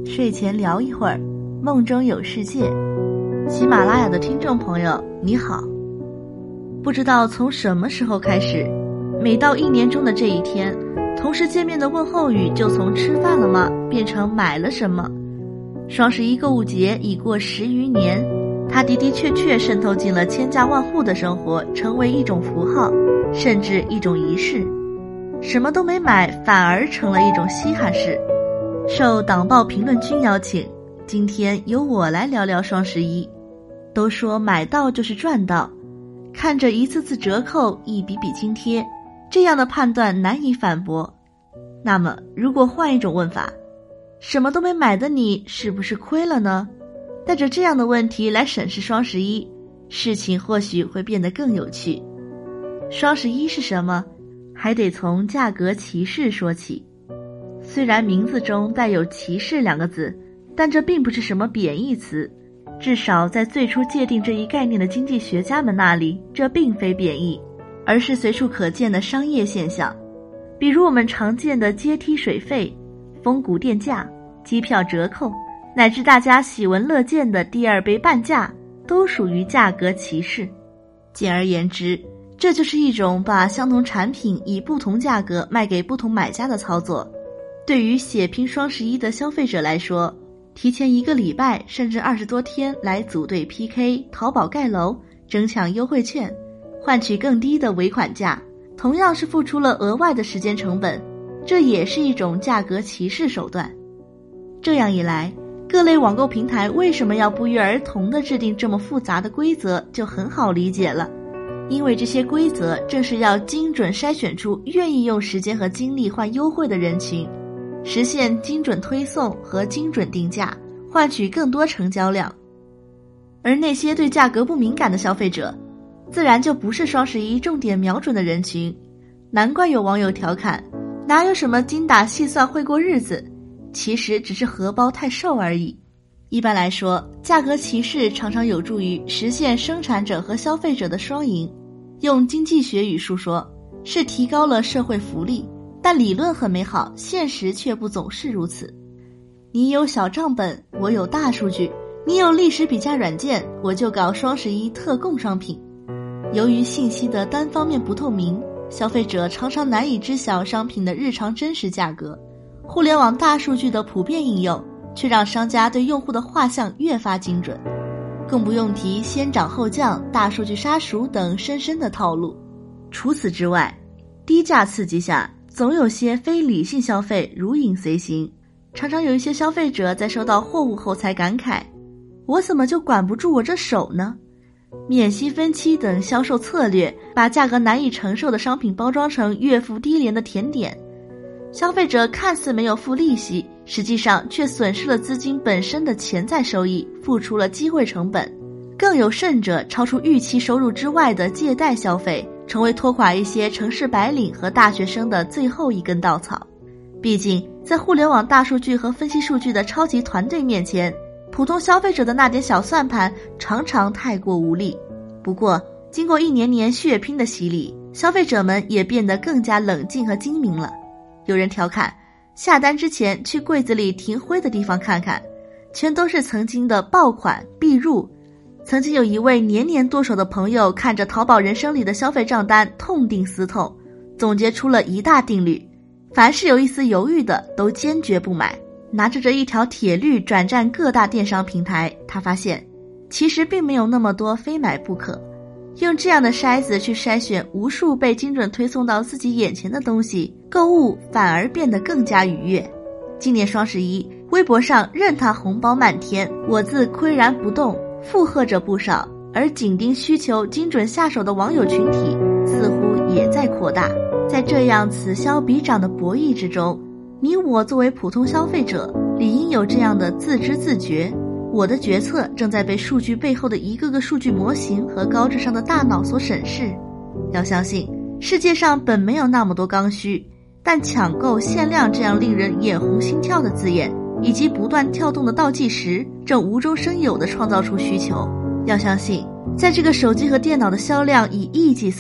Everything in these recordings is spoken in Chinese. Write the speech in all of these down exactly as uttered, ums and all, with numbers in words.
睡前聊一会儿，梦中有世界。喜马拉雅的听众朋友你好。不知道从什么时候开始，每到一年中的这一天，同事见面的问候语就从吃饭了吗变成买了什么。双十一购物节已过十余年，它的的确确渗透进了千家万户的生活，成为一种符号，甚至一种仪式。什么都没买反而成了一种稀罕事。受党报评论君邀请，今天由我来聊聊双十一。都说买到就是赚到，看着一次次折扣，一笔笔津贴，这样的判断难以反驳。那么如果换一种问法，什么都没买的你是不是亏了呢？带着这样的问题来审视双十一，事情或许会变得更有趣。双十一是什么？还得从价格歧视说起。虽然名字中带有歧视两个字，但这并不是什么贬义词，至少在最初界定这一概念的经济学家们那里，这并非贬义，而是随处可见的商业现象。比如我们常见的阶梯水费、风谷电价、机票折扣，乃至大家喜闻乐见的第二杯半价，都属于价格歧视。简而言之，这就是一种把相同产品以不同价格卖给不同买家的操作。对于血拼双十一的消费者来说，提前一个礼拜甚至二十多天来组队 P K 淘宝盖楼，争抢优惠券，换取更低的尾款价，同样是付出了额外的时间成本，这也是一种价格歧视手段。这样一来，各类网购平台为什么要不约而同地制定这么复杂的规则就很好理解了。因为这些规则正是要精准筛选出愿意用时间和精力换优惠的人群，实现精准推送和精准定价，换取更多成交量。而那些对价格不敏感的消费者，自然就不是双十一重点瞄准的人群。难怪有网友调侃，哪有什么精打细算会过日子，其实只是荷包太瘦而已。一般来说，价格歧视常常有助于实现生产者和消费者的双赢。用经济学语述说，是提高了社会福利，但理论很美好，现实却不总是如此。你有小账本，我有大数据；你有历史比价软件，我就搞双十一特供商品。由于信息的单方面不透明，消费者常常难以知晓商品的日常真实价格。互联网大数据的普遍应用，却让商家对用户的画像越发精准。更不用提先涨后降、大数据杀熟等深深的套路。除此之外，低价刺激下，总有些非理性消费如影随形。常常有一些消费者在收到货物后才感慨，我怎么就管不住我这手呢？免息分期等销售策略，把价格难以承受的商品包装成月付低廉的甜点。消费者看似没有付利息，实际上却损失了资金本身的潜在收益，付出了机会成本。更有甚者，超出预期收入之外的借贷消费，成为拖垮一些城市白领和大学生的最后一根稻草。毕竟，在互联网大数据和分析数据的超级团队面前，普通消费者的那点小算盘常常太过无力。不过，经过一年年血拼的洗礼，消费者们也变得更加冷静和精明了。有人调侃，下单之前去柜子里停灰的地方看看，全都是曾经的爆款必入。曾经有一位年年剁手的朋友，看着淘宝人生里的消费账单痛定思痛，总结出了一大定律：凡是有一丝犹豫的，都坚决不买。拿着这一条铁律转战各大电商平台，他发现其实并没有那么多非买不可。用这样的筛子去筛选无数被精准推送到自己眼前的东西，购物反而变得更加愉悦。今年双十一，微博上任他红包漫天，我自岿然不动，附和着不少，而紧盯需求精准下手的网友群体似乎也在扩大。在这样此消彼长的博弈之中，你我作为普通消费者，理应有这样的自知自觉。我的决策正在被数据背后的一个个数据模型和高智商的大脑所审视。要相信，世界上本没有那么多刚需，但抢购、限量这样令人眼红心跳的字眼，以及不断跳动的倒计时，正无中生有地创造出需求。要相信，在这个手机和电脑的销量以亿计算，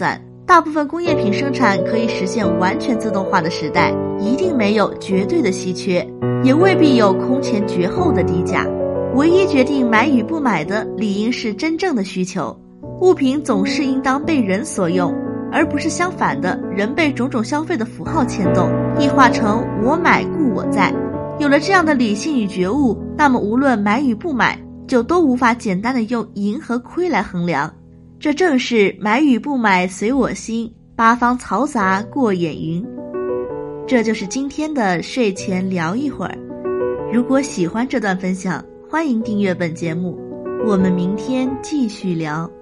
大部分工业品生产可以实现完全自动化的时代，一定没有绝对的稀缺，也未必有空前绝后的低价。唯一决定买与不买的，理应是真正的需求。物品总是应当被人所用，而不是相反的，人被种种消费的符号牵动，异化成我买故我在。有了这样的理性与觉悟，那么无论买与不买，就都无法简单的用赢和亏来衡量。这正是买与不买随我心，八方嘈杂过眼云。这就是今天的睡前聊一会儿。如果喜欢这段分享，欢迎订阅本节目，我们明天继续聊。